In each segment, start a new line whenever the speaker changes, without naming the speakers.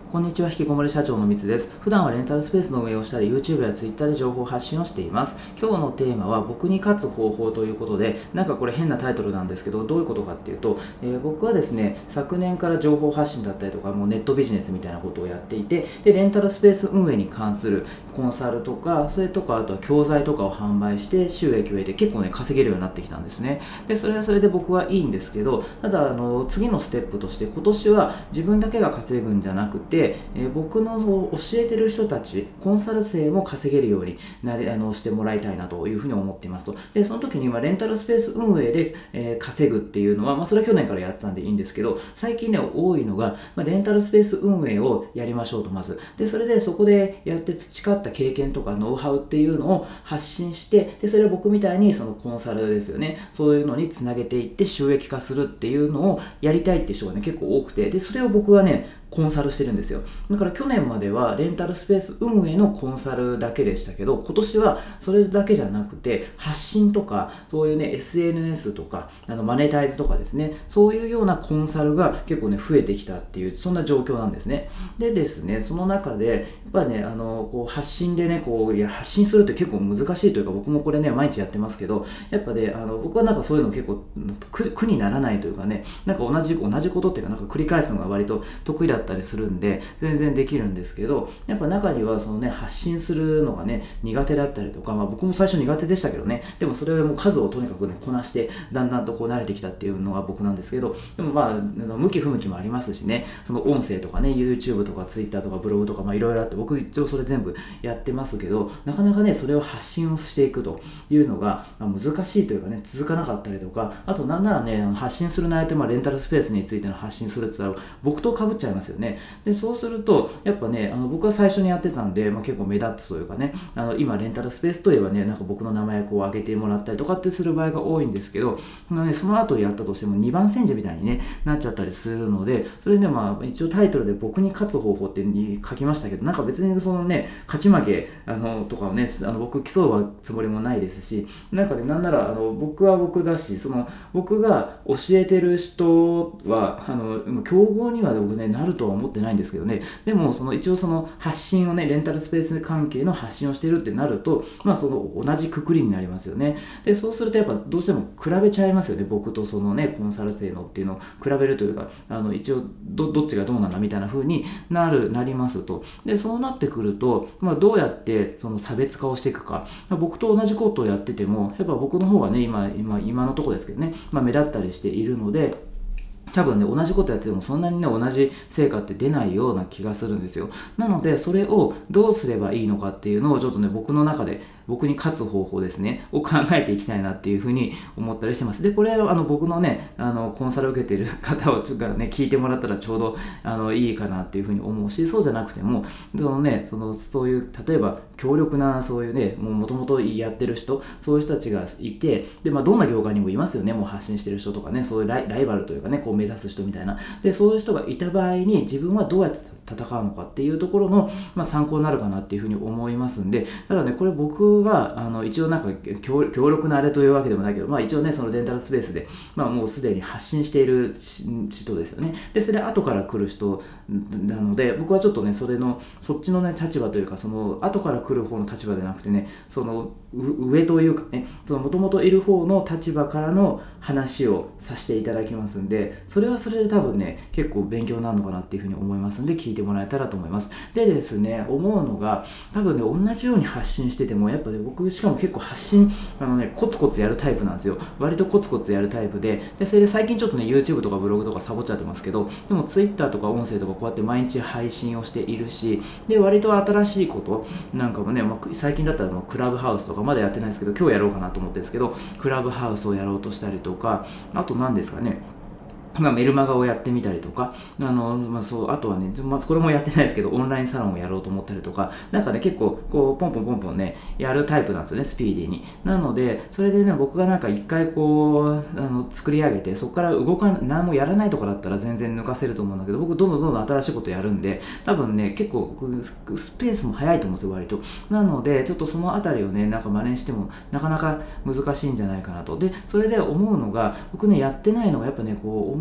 こんにちは、引きこもり社長のみつです。普段はレンタルスペースの運営をしたり、YouTube や Twitter で情報発信をしています。今日のテーマは、僕に勝つ方法ということで、なんかこれ変なタイトルなんですけど、どういうことかっていうと、僕はですね、昨年から情報発信だったりとか、もうネットビジネスみたいなことをやっていて、で、レンタルスペース運営に関するコンサルとか、それとか、あとは教材とかを販売して、収益を得て結構ね、稼げるようになってきたんですね。で、それはそれで僕はいいんですけど、ただ、次のステップとして、今年は自分だけが稼ぐんじゃなくて、僕の教えてる人たち、コンサル生も稼げるようにしてもらいたいなというふうに思っていますと。で、その時にレンタルスペース運営で、稼ぐっていうのは、それは去年からやってたんでいいんですけど、最近ね、多いのが、レンタルスペース運営をやりましょうと、まず。で、それでそこでやって培った経験とかノウハウっていうのを発信して、で、それを僕みたいにそのコンサルですよね、そういうのにつなげていって収益化するっていうのをやりたいっていう人がね、結構多くて、で、それを僕はね、コンサルしてるんですよ。だから去年まではレンタルスペース運営のコンサルだけでしたけど、今年はそれだけじゃなくて、発信とか、そういうね、SNS とか、マネタイズとかですね、そういうようなコンサルが結構ね、増えてきたっていう、そんな状況なんですね。でですね、その中で、やっぱね、こう発信でね、発信するって結構難しいというか、僕もこれね、毎日やってますけど、やっぱね、僕はなんかそういうの結構苦にならないというかね、なんか同じことっていうか、なんか繰り返すのが割と得意だったりするんで全然できるんですけど、やっぱ中にはそのね、発信するのがね、苦手だったりとか、僕も最初苦手でしたけどね、でもそれをもう数をとにかくね、こなしてだんだんとこう慣れてきたっていうのが僕なんですけど、でも向き不向きもありますしね、その音声とかね、 YouTube とか Twitter とかブログとかいろいろあって、僕一応それ全部やってますけど、なかなかね、それを発信をしていくというのが難しいというかね、続かなかったりとか、あとなんならね、発信する内容ってレンタルスペースについての発信するって言ったら僕と被っちゃいますよね。で、そうするとやっぱね、僕は最初にやってたんで、結構目立つというかね、今レンタルスペースといえばね、なんか僕の名前を挙げてもらったりとかってする場合が多いんですけど、その後やったとしても2番煎じみたいに、ね、なっちゃったりするので、それで一応タイトルで僕に勝つ方法って書きましたけど、なんか別にそのね、勝ち負けとかをね、僕競うつもりもないですし、なんかね、なんなら僕は僕だし、その僕が教えてる人は競合には僕ね、なるとは思ってないんですけどね、でも一応その発信をね、レンタルスペース関係の発信をしてるってなると、その同じくくりになりますよね。で、そうするとやっぱどうしても比べちゃいますよね、僕とそのね、コンサル生のっていうのを比べるというか、一応どっちがどうなんだみたいな風になりますと。で、そうなってくると、どうやってその差別化をしていくか、僕と同じことをやってても、やっぱ僕の方がね、今のところですけどね、目立ったりしているので、多分ね、同じことやっててもそんなにね、同じ成果って出ないような気がするんですよ。なので、それをどうすればいいのかっていうのをちょっとね、僕に勝つ方法ですね、を考えていきたいなっていうふうに思ったりしてます。で、これ僕のね、コンサルを受けている方をね、聞いてもらったらちょうどいいかなっていうふうに思うし、そうじゃなくても、そういう、例えば強力なそういうね、もともとやってる人、そういう人たちがいて、で、どんな業界にもいますよね、もう発信してる人とかね、そういうライバルというかね、こう目指す人みたいな。で、そういう人がいた場合に自分はどうやって戦うのかっていうところの、参考になるかなっていうふうに思いますんで、ただね、これ僕が一応なんか強力なあれというわけでもないけど、一応ね、そのレンタルスペースで、もうすでに発信している人ですよね。で、それで後から来る人なので、僕はちょっとね、そっちのね、立場というか、その後から来る方の立場でなくてね、その上というかね、もともといる方の立場からの話をさせていただきますんで、それはそれで多分ね、結構勉強になるのかなっていうふうに思いますんで、聞いてもらえたらと思います。でですね、思うのが、多分ね、同じように発信してても、やっぱね、僕しかも結構発信コツコツやるタイプなんですよ。割とコツコツやるタイプで、それで最近ちょっとね、 YouTube とかブログとかサボっちゃってますけど、でも Twitter とか音声とかこうやって毎日配信をしているし、で、割と新しいことなんかもね、最近だったらクラブハウスとかまだやってないですけど、今日やろうかなと思ってるんですけど、クラブハウスをやろうとしたりとか、あと何ですかね、メルマガをやってみたりとか、あとはね、これもやってないですけど、オンラインサロンをやろうと思ったりとか、なんかね、結構、こう、ポンポンポンポンね、やるタイプなんですよね、スピーディーに。なので、それでね、僕がなんか一回こう、作り上げて、そこから何もやらないとかだったら全然抜かせると思うんだけど、僕、どんどん新しいことやるんで、多分ね、結構、スペースも早いと思うんですよ、割と。なので、ちょっとそのあたりをね、なんか真似しても、なかなか難しいんじゃないかなと。で、それで思うのが、僕ね、やってないのが、やっぱね、こう、思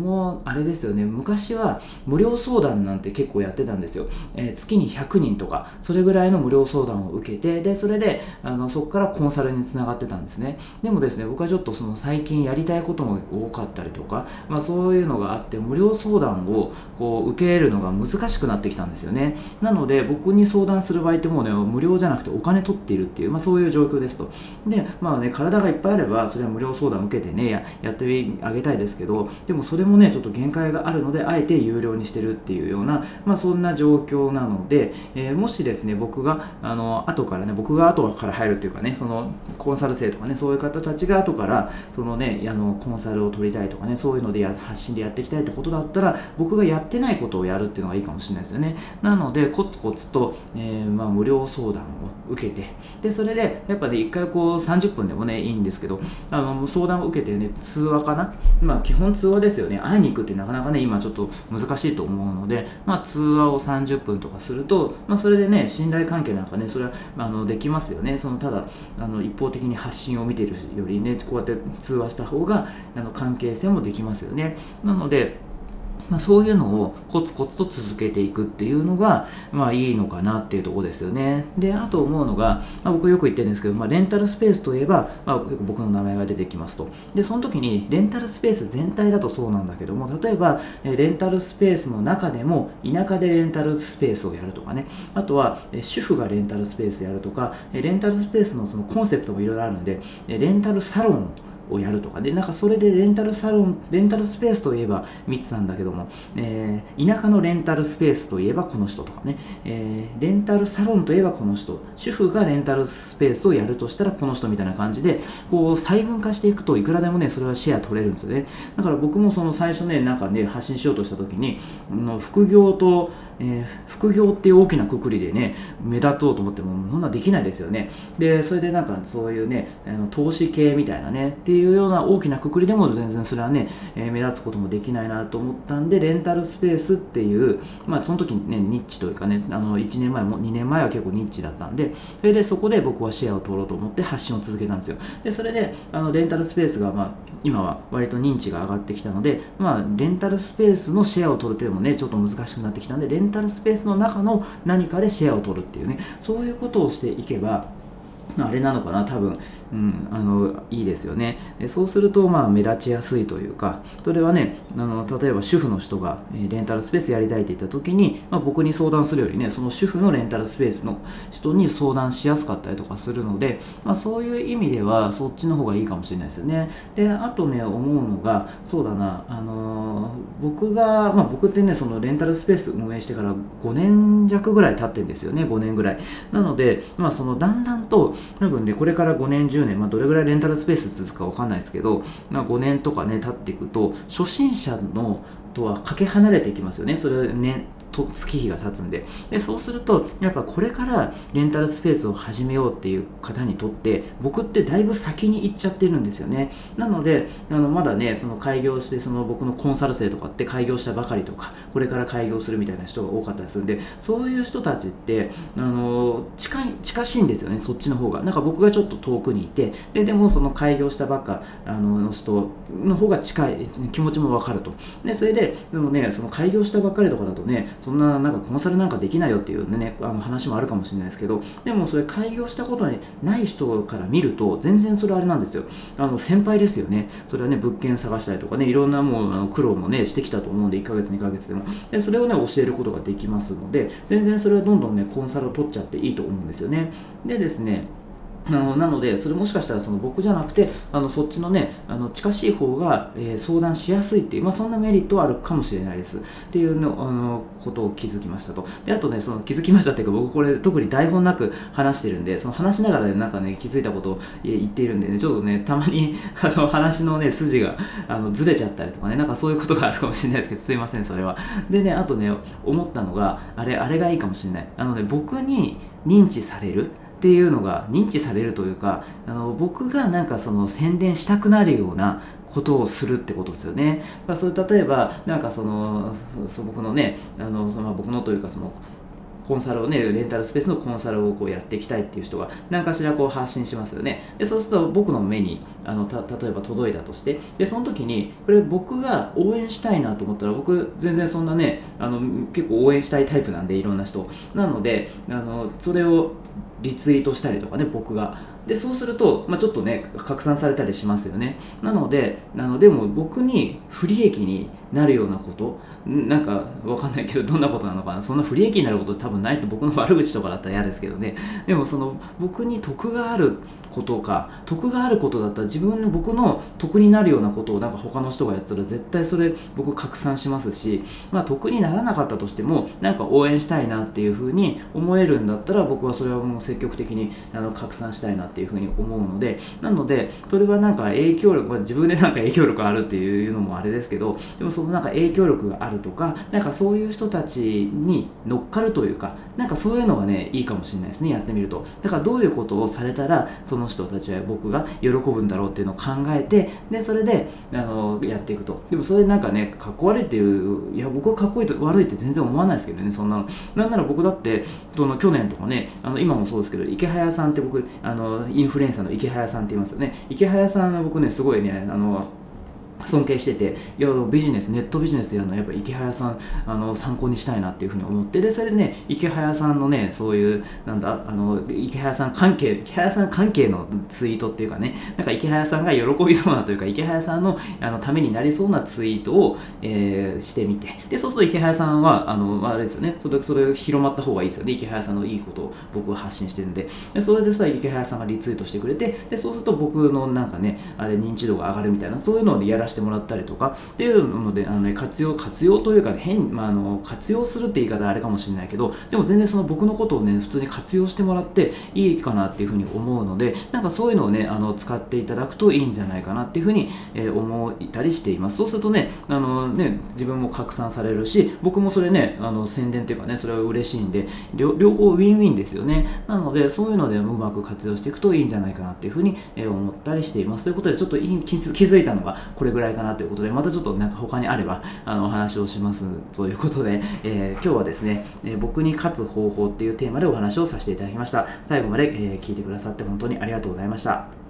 あれですよね、昔は無料相談なんて結構やってたんですよ。月に100人とかそれぐらいの無料相談を受けて、でそれでそこからコンサルにつながってたんですね。でもですね、僕はちょっとその最近やりたいことも多かったりとか、そういうのがあって無料相談をこう受けるのが難しくなってきたんですよね。なので僕に相談する場合ってもうね、無料じゃなくてお金取っているっていう、そういう状況ですと。で体がいっぱいあればそれは無料相談を受けてね、やってあげたいですけど、でもそれもねちょっと限界があるので、あえて有料にしてるっていうような、そんな状況なので、もしですね、僕が後から入るっていうかね、そのコンサル生とかね、そういう方たちが後からそのねコンサルを取りたいとかね、そういうので発信でやっていきたいってことだったら、僕がやってないことをやるっていうのがいいかもしれないですよね。なのでコツコツと、無料相談を受けて、でそれでやっぱね一回こう30分でもねいいんですけど、相談を受けてね、通話かな、基本通話ですよね。会いに行くってなかなかね今ちょっと難しいと思うので、通話を30分とかすると、それでね信頼関係なんかね、それはできますよね。ただ一方的に発信を見てるよりね、こうやって通話した方が関係性もできますよね。なのでそういうのをコツコツと続けていくっていうのがいいのかなっていうところですよね。で、あと思うのが、僕よく言ってるんですけど、レンタルスペースといえば、僕の名前が出てきますと。でその時にレンタルスペース全体だとそうなんだけども、例えばレンタルスペースの中でも田舎でレンタルスペースをやるとかね、あとは主婦がレンタルスペースやるとか、レンタルスペースのそのコンセプトもいろいろあるので、レンタルサロンをやるとかで、それでレンタルスペースといえば3つなんだけども、田舎のレンタルスペースといえばこの人とかね、レンタルサロンといえばこの人、主婦がレンタルスペースをやるとしたらこの人みたいな感じで、こう細分化していくといくらでもねそれはシェア取れるんですよね。だから僕もその最初ね発信しようとした時に副業っていう大きな括りでね目立とうと思ってもそんなできないですよね。でそれでそういうね投資系みたいなねっていうような大きな括りでも全然それはね、目立つこともできないなと思ったんで、レンタルスペースっていう、その時にねニッチというかね、1年前も2年前は結構ニッチだったんで、それでそこで僕はシェアを取ろうと思って発信を続けたんですよ。でそれでレンタルスペースが今は割と認知が上がってきたので、レンタルスペースのシェアを取るっていうのもねちょっと難しくなってきたんで、レンタルスペースの中の何かでシェアを取るっていうね、そういうことをしていけばあれなのかな、多分、いいですよね。そうすると目立ちやすいというか、それはね例えば主婦の人がレンタルスペースやりたいって言った時に、僕に相談するよりねその主婦のレンタルスペースの人に相談しやすかったりとかするので、そういう意味ではそっちの方がいいかもしれないですよね。であとね思うのが、そうだな、僕ってねそのレンタルスペース運営してから5年弱ぐらい経ってるんですよね。5年ぐらいなので、そのだんだんと多分ねこれから5年10年、どれぐらいレンタルスペース続くか分かんないですけど、5年とかね経っていくと初心者のとはかけ離れていきますよね。それね月日が経つんで、そうするとやっぱこれからレンタルスペースを始めようっていう方にとって僕ってだいぶ先に行っちゃってるんですよね。なのでまだねその開業して僕のコンサル生とかって開業したばかりとかこれから開業するみたいな人が多かったりするんで、そういう人たちって近しいんですよね、そっちの方が。僕がちょっと遠くにいて、でもその開業したばっかの人の方が近い気持ちも分かると。それでもねその開業したばっかりとかだとね、そんなコンサルなんかできないよっていうね話もあるかもしれないですけど、でもそれ開業したことにない人から見ると全然それあれなんですよ。先輩ですよね。それはね物件探したりとかね、いろんなもう苦労もねしてきたと思うんで、1ヶ月2ヶ月でもそれをね教えることができますので、全然それはどんどんねコンサルを取っちゃっていいと思うんですよね。でですねなのでそれもしかしたら僕じゃなくてそっちのね近しい方が、相談しやすいっていう、そんなメリットはあるかもしれないですっていうのことを気づきましたと。であとね気づきましたっていうか、僕これ特に台本なく話してるんで、その話しながらね気づいたことを言っているんでね、ちょっとねたまに話のね筋がずれちゃったりとかね、そういうことがあるかもしれないですけど、すいませんそれは。でねあとね思ったのがあれがいいかもしれない。僕に認知されるっていうのが、認知されるというか僕がその宣伝したくなるようなことをするってことですよね。それ例えば僕のね僕のというかコンサルをね、レンタルスペースのコンサルをこうやっていきたいっていう人が何かしらこう発信しますよね。でそうすると僕の目に例えば届いたとして、でその時にこれ僕が応援したいなと思ったら、僕全然そんなね結構応援したいタイプなんで、いろんな人なのでそれをリツイートしたりとかね、僕がでそうすると、ちょっとね拡散されたりしますよね。なのででも僕に不利益になるようなこと、なんかわかんないけど、どんなことなのかな、そんな不利益になること多分ないと、僕の悪口とかだったら嫌ですけどね。でも僕に得があることか、得があることだったら僕の得になるようなことをなんか他の人がやったら絶対それ僕拡散しますし、得にならなかったとしてもなんか応援したいなっていう風に思えるんだったら、僕はそれはもう積極的に拡散したいなっていう風に思うので、なのでそれはなんか影響力、自分でなんか影響力あるっていうのもあれですけど、でもそのなんか影響力があるとか、なんかそういう人たちに乗っかるというか、なんかそういうのはねいいかもしれないですね、やってみると。だからどういうことをされたらその人たちは僕が喜ぶんだろうっていうのを考えて、でそれでやっていくと。でもそれなんかねかっこ悪いっていう、いや僕はかっこいいと悪いって全然思わないですけどね、そんなの。なんなら僕だって去年とかね、今もそうですけど、池早さんって僕インフルエンサーの池早さんって言いますよね。池早さんは僕ねすごいね尊敬してて、いやネットビジネスやるのやっぱ池早さん参考にしたいなっていうふうに思って、でそれでね池早さんのねそういう池早さん関係のツイートっていうかね、なんか池早さんが喜びそうなというか、池早さんのためになりそうなツイートを、してみて、でそうすると池早さんはあれですよね、それ広まった方がいいですよね。池早さんのいいことを僕は発信してるんで、それでさ池早さんがリツイートしてくれて、でそうすると僕のなんかね認知度が上がるみたいな、そういうのでやらしてもらったりとかっていうので活用というか、活用するって言い方はあれかもしれないけど、でも全然その僕のことをね普通に活用してもらっていいかなっていうふうに思うので、なんかそういうのをね使っていただくといいんじゃないかなっていうふうに、思ったりしています。そうするとね自分も拡散されるし、僕もそれね宣伝っていうかね、それは嬉しいんで、両方ウィンウィンですよね。なのでそういうのでうまく活用していくといいんじゃないかなっていうふうに、思ったりしています。ということで、ちょっと気づいたのがこれぐらいかなということで、またちょっとなんか他にあればお話をしますということで、今日はですね、僕に勝つ方法っていうテーマでお話をさせていただきました。最後まで、聞いてくださって本当にありがとうございました。